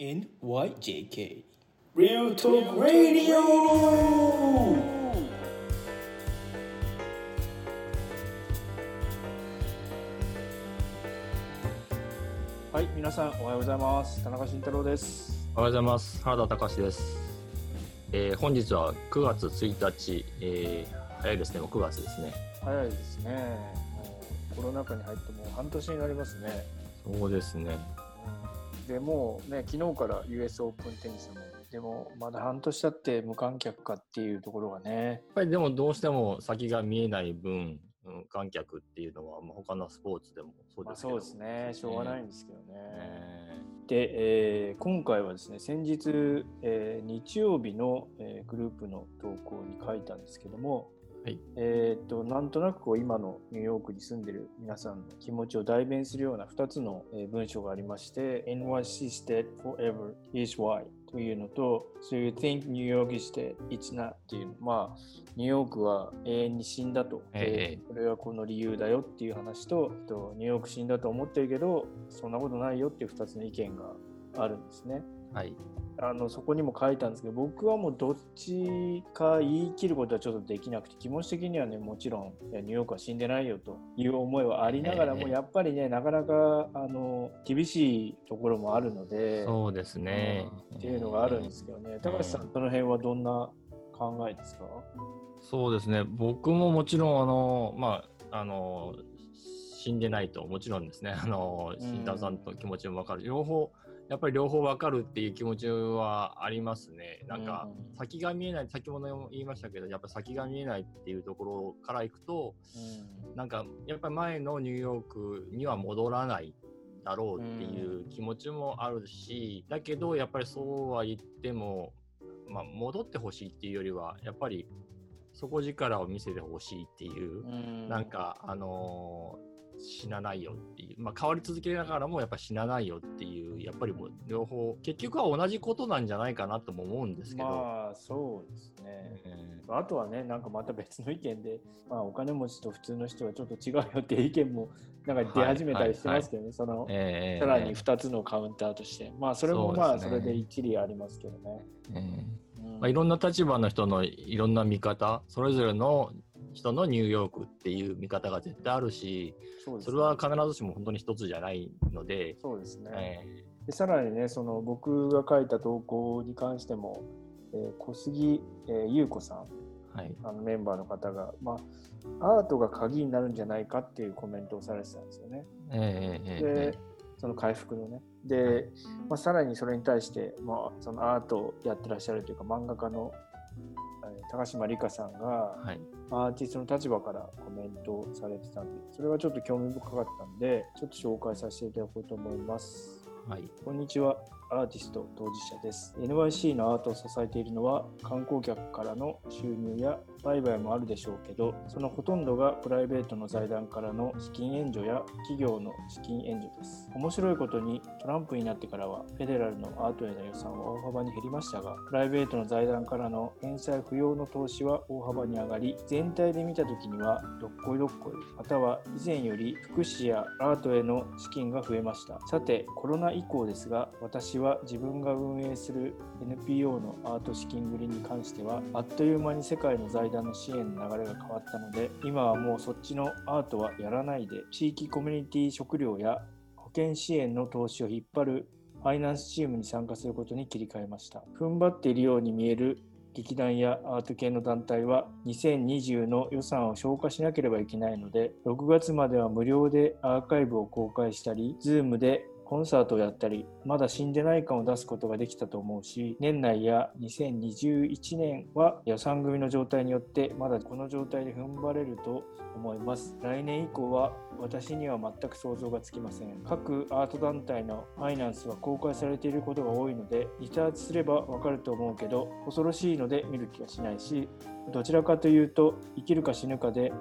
NYJK Real Talk Radio。 はい、皆さんおはようございます。田中慎太郎です。 おはようございます。原田隆です。本日は9月1日、早いですね。もう9月ですね。 早いですね。もうコロナ禍に入ってもう半年になりますね。 そうですね。 でもうね、昨日から US オープンテニスも、でもまだ半年経って無観客かっていうところがね。 やっぱりでもどうしても先が見えない分、無観客っていうのは、他のスポーツでもそうですけど、 そうですね。しょうがないんですけどね。で、今回はですね、先日、日曜日の、グループの投稿に書いたんですけども、 はい、 なんとなくこう今のニューヨークに住んでる皆さんの気持ちを代弁するような2つの文章がありまして、NYC is dead forever, here's why というのと、So you think New York is dead, it's not っていうの、ニューヨークは永遠に死んだと、これはこの理由だよっていう話と、ニューヨーク死んだと思ってるけど、そんなことないよっていう2つの意見があるんですね。 はい。 そこにも書いたんですけど、僕はもうどっちか言い切ることはちょっとできなくて、気持ち的にはね、もちろんニューヨークは死んでないよという思いはありながらも、やっぱりね、なかなか厳しいところもあるので、 そうですね、 っていうのがあるんですけどね。高橋さん、その辺はどんな考えですか？ そうですね。僕ももちろん死んでないともちろんですね。慎太郎さんの気持ちも分かる。やっぱり両方分かるっていう気持ちはありますね。なんか先が見えない、先ほども言いましたけど、やっぱ先が見えないっていうところからいくと、なんかやっぱり前のニューヨークには戻らないだろうっていう気持ちもあるし、だけどやっぱりそうは言っても、戻ってほしいっていうよりはやっぱり底力を見せてほしいっていう、なんか死なないよっていう、変わり続けながらもやっぱ死なないよっていう、やっぱりもう両方結局は同じことなんじゃないかなとも思うんですけど。 そうですね。あとはね、なんかまた別の意見で、お金持ちと普通の人はちょっと違うよっていう意見もなんか出始めたりしてますけどね、さらに2つのカウンターとして、それもそれで一理ありますけどね。 いろんな立場の人のいろんな見方、それぞれの人のニューヨークっていう見方が絶対あるし、それは必ずしも本当に一つじゃないので。 そうですね。でさらにね、その僕が書いた投稿に関しても、小杉、優子さん、メンバーの方が、アートが鍵になるんじゃないかっていうコメントをされてたんですよね。でその回復のね。で、さらにそれに対して、そのアートをやってらっしゃるというか漫画家の高島理香さんが、アーティストの立場からコメントをされてたんで、それがちょっと興味深かったんで、ちょっと紹介させていただこうと思います。こんにちは。アーティスト当事者です。 NYC のアートを支えているのは観光客からの収入や売買もあるでしょうけど、そのほとんどがプライベートの財団からの資金援助や企業の資金援助です。面白いことにトランプになってからはフェデラルのアートへの予算は大幅に減りましたが、プライベートの財団からの返済不要の投資は大幅に上がり、全体で見た時にはどっこいどっこい、または以前より福祉やアートへの資金が増えました。さてコロナ以降ですが、私は自分が運営する NPO のアート資金繰りに関してはあっという間に世界の財団の支援の流れが変わったので、今はもうそっちのアートはやらないで、地域コミュニティ食料や保険支援の投資を引っ張るファイナンスチームに参加することに切り替えました。踏ん張っているように見える劇団やアート系の団体は2020の予算を消化しなければいけないので、6月までは無料でアーカイブを公開したり、Zoom でコンサートをやったり、まだ死んでない感を出すことができたと思うし、年内や2021年は予算組の状態によってまだこの状態で踏ん張れると思います。来年以降は私には全く想像がつきません。各アート団体のファイナンスは公開されていることが多いので、リサーチすればわかると思うけど、恐ろしいので見る気がしないし、どちらかというと生きるか死ぬかで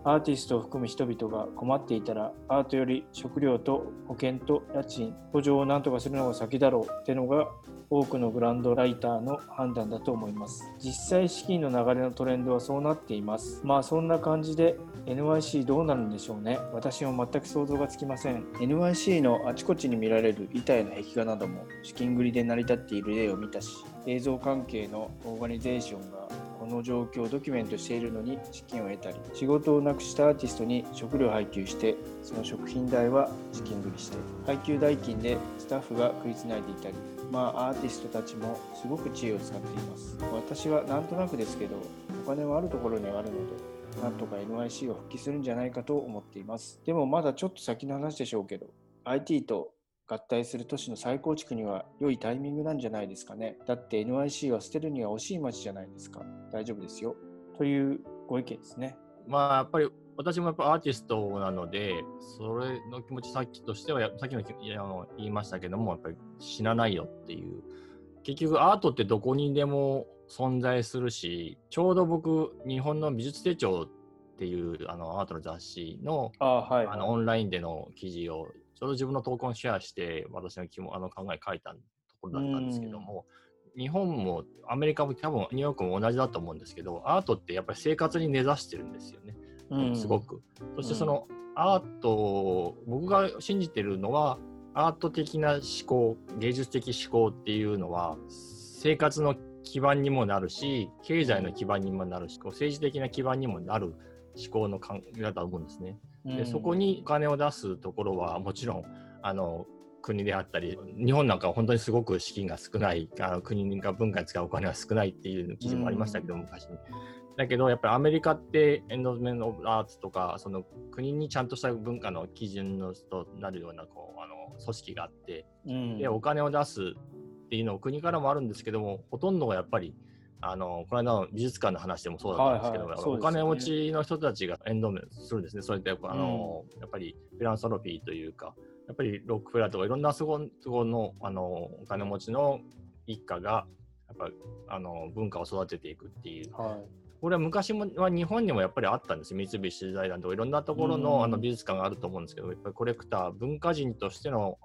アーティストを含む人々が困っていたら、アートより食料と保険と家賃、補助を何とかするのが先だろうってのが多くのグランドライターの判断だと思います。実際資金の流れのトレンドはそうなっています。まあそんな感じで NYC どうなるんでしょうね。私も全く想像がつきません。NYC のあちこちに見られる板への壁画なども資金繰りで成り立っている例を見たし、映像関係のオーガニゼーションがこの状況をドキュメントしているのに資金を得たり、仕事をなくしたアーティストに食料配給して、その食品代は資金繰りして、配給代金でスタッフが食いつないでいたり、アーティストたちもすごく知恵を使っています。私はなんとなくですけど、お金はあるところにはあるので、なんとか NYC は復帰するんじゃないかと思っています。でもまだちょっと先の話でしょうけど、IT と合体する都市の再構築には良いタイミングなんじゃないですかね。だって NYC は捨てるには惜しい街じゃないですか。大丈夫ですよ。というご意見ですね。 やっぱり私もやっぱアーティストなので、それの気持ちさっきとしては、さっきの言いましたけども、やっぱり死なないよっていう。結局アートってどこにでも存在するし、ちょうど僕、日本の美術手帳っていうアートの雑誌の、オンラインでの記事をちょうど自分の投稿にシェアして私の考え書いたところだったんですけども、日本もアメリカも多分ニューヨークも同じだと思うんですけど、アートってやっぱり生活に根ざしてるんですよね、すごく。そしてそのアート、僕が信じてるのはアート的な思考、芸術的思考っていうのは生活の基盤にもなるし、経済の基盤にもなるし、政治的な基盤にもなる思考の考えだと思うんですね。でそこにお金を出すところはもちろん国であったり、日本なんかは本当にすごく資金が少ない、国が文化に使うお金が少ないっていう記事もありましたけど、昔に。だけどやっぱりアメリカってエンドーズメント・オブ・アーツとか、その国にちゃんとした文化の基準のとなるような組織があって、でお金を出すっていうのを国からもあるんですけども、ほとんどがやっぱりこの間の美術館の話でもそうだったんですけど、お金持ちの人たちがエンドメントするんですね。それでやっぱりフィランソロピーというか、やっぱりロックフェラーとかいろんなそこのお金持ちの一家がやっぱ文化を育てていくっていう、これは昔は日本にもやっぱりあったんですよ。三菱財団とかいろんなところの美術館があると思うんですけど、やっぱりコレクター、文化人としての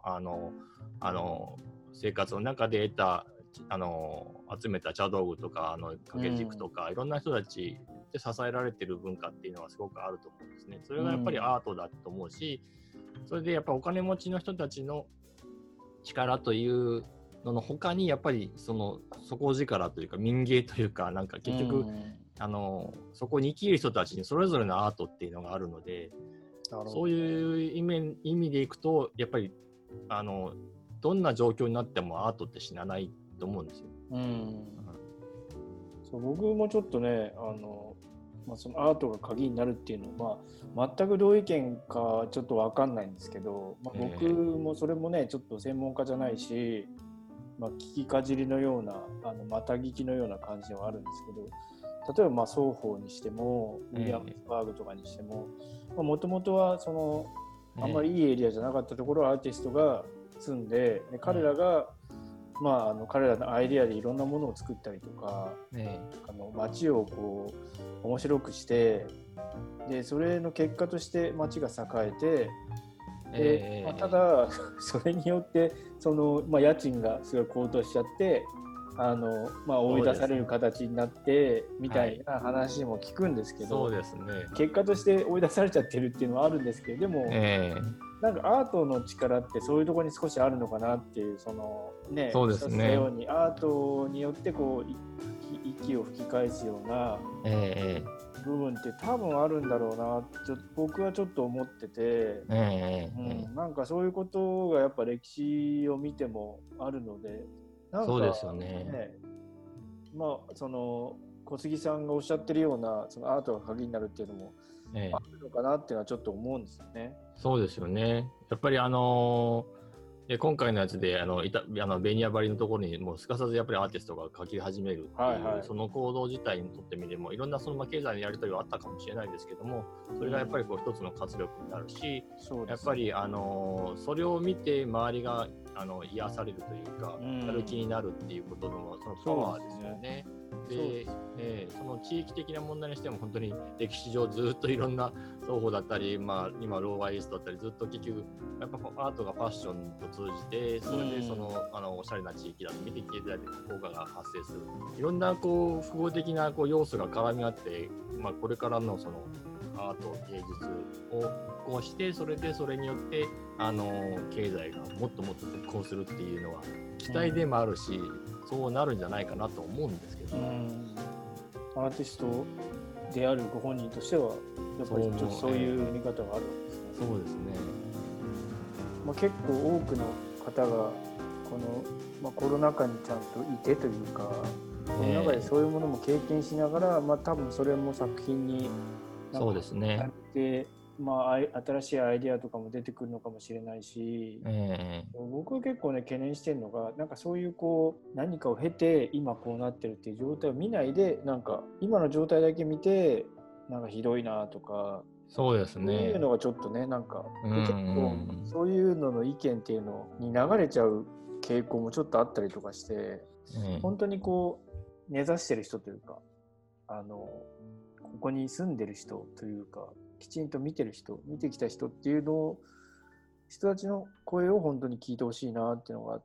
生活の中で得た集めた茶道具とか掛け軸とか、いろんな人たちで支えられている文化っていうのはすごくあると思うんですね。それがやっぱりアートだと思うし、それでやっぱお金持ちの人たちの力というのの他にやっぱり底力というか民芸というか、なんか結局そこに生きる人たちにそれぞれのアートっていうのがあるので、そういう意味でいくとやっぱりどんな状況になってもアートって死なないと思うんですよ。 そう僕もちょっとねそのアートが鍵になるっていうのは、全くどういう意見かちょっと分かんないんですけど、僕もそれもねちょっと専門家じゃないし、聞きかじりのようなまた聞きのような感じはあるんですけど、例えば双方にしてもウィリアムズバーグとかにしても、もともとはあんまりいいエリアじゃなかったところをアーティストが住んで、彼らが彼らのアイデアでいろんなものを作ったりとか、街を面白くして、でそれの結果として街が栄えて、ただそれによって家賃がすごい高騰しちゃって追い出される形になってみたいな話も聞くんですけど、 そうですね、 結果として追い出されちゃってるっていうのはあるんですけど、でも、なんかアートの力ってそういうところに少しあるのかなっていう、 そうですね、 ようにアートによって息を吹き返すような部分って多分あるんだろうなって僕はちょっと思ってて、なんかそういうことがやっぱ歴史を見てもあるので、なんかそうですよね。 小杉さんがおっしゃってるようなアートが鍵になるっていうのもあるのかなっていうのはちょっと思うんですよね。 そうですよね。やっぱり今回のやつでベニヤ張りのところにもうすかさずやっぱりアーティストが書き始めるっていう、その行動自体にとってみてもいろんな経済のやり取りはあったかもしれないですけども、それがやっぱり一つの活力になるし、やっぱりそれを見て周りが癒されるというか、やる気になるっていうことのそのパワーですよね。で、その地域的な問題にしても本当に歴史上ずっといろんな双方だったり、今ローワイエストだったりずっと結局やっぱアートがファッションと通じて、それでそのおしゃれな地域だと見て経済的効果が発生する、いろんなこう複合的なこう要素が絡み合って、これからのそのアート芸術をこうして、それによって経済がもっともっと復興するっていうのは期待でもあるし、そうなるんじゃないかなと思うんですけど、 アーティストであるご本人としてはやっぱりちょっとそういう見方があるんですね。 そうですね。 結構多くの方がこの、コロナ禍にちゃんといてというか、その中でそういうものも経験しながら、多分それも作品にそうですね。 で、新しいアイデアとかも出てくるのかもしれないし、僕は結構ね懸念してるのが、なんかそういうこう何かを経て今こうなってるっていう状態を見ないで、なんか今の状態だけ見てなんかひどいなとか、 そうですね。 そういうのがちょっとね、なんか結構そういうのの意見っていうのに流れちゃう傾向もちょっとあったりとかして、本当にこう根ざしてる人というか、ここに住んでる人というか、きちんと見てきた人っていう人たちの声を本当に聞いてほしいなっていうのがあって、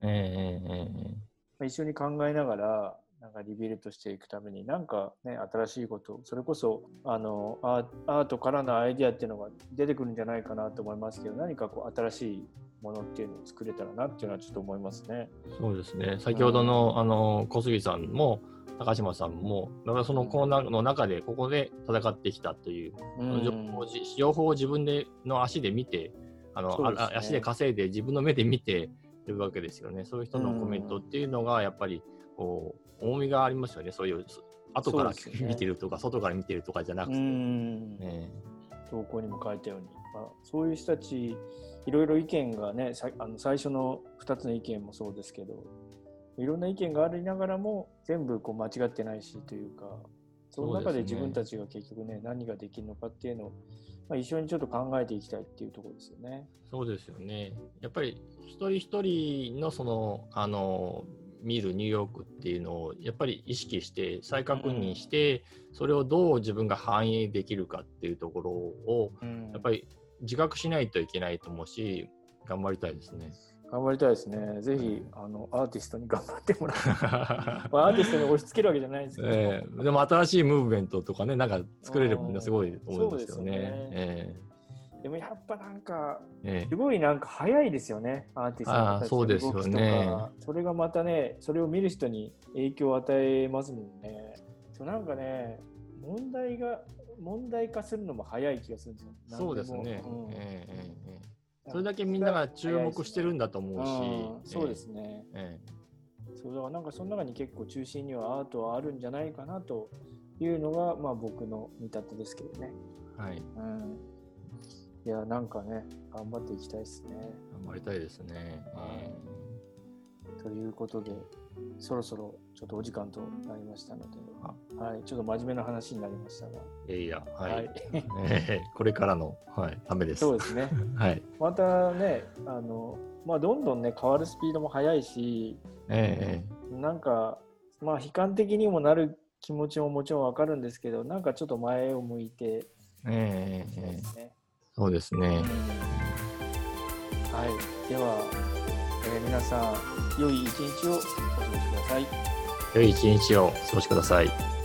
一緒に考えながらなんかリビルドしていくために、なんかね新しいこと、それこそアートからのアイデアっていうのが出てくるんじゃないかなと思いますけど、何かこう新しいものっていうのを作れたらなっていうのはちょっと思いますね。 そうですね。先ほどの小杉さんも高島さんも、だからそのコーナーの中でここで戦ってきたという、情報を自分の足で見て、足で稼いで自分の目で見ているわけですよね。そういう人のコメントっていうのがやっぱりこう重みがありますよね。そういう後から見てるとか、外から見てるとかじゃなくて、 投稿にも書いたように、そういう人たちいろいろ意見がね、最初の2つの意見もそうですけど、いろんな意見がありながらも全部こう間違ってないしというか、その中で自分たちが結局ね何ができるのかっていうのを、一緒にちょっと考えていきたいっていうところですよね。 そうですよね。やっぱり一人一人のその見るニューヨークっていうのをやっぱり意識して再確認して、それをどう自分が反映できるかっていうところをやっぱり自覚しないといけないと思うし、頑張りたいですね。 頑張りたいですね。ぜひアーティストに頑張ってもらう。アーティストに押し付けるわけじゃないですけど、 でも新しいムーブメントとかね、なんか作れればすごいと思うんですよね。 でもやっぱなんかすごいなんか早いですよね、アーティストの人たちの動きとか。それがまたね、それを見る人に影響を与えますもんね。なんかね、問題化するのも早い気がするんですよ。 そうですね。それだけみんなが注目してるんだと思うし、 そうですね。そうだからなんかその中に結構中心にはアートはあるんじゃないかなというのが僕の見立てですけどね。 はい。 いやなんかね頑張っていきたいですね。 頑張りたいですね。 ということでそろそろちょっとお時間となりましたので、ちょっと真面目な話になりましたが。 これからの、ためです。 そうですね。またね、どんどんね変わるスピードも速いし、なんか悲観的にもなる気持ちももちろんわかるんですけど、なんかちょっと前を向いて、 そうですね。 では、皆さん良い一日をお過ごしください。 良い一日をお過ごしください。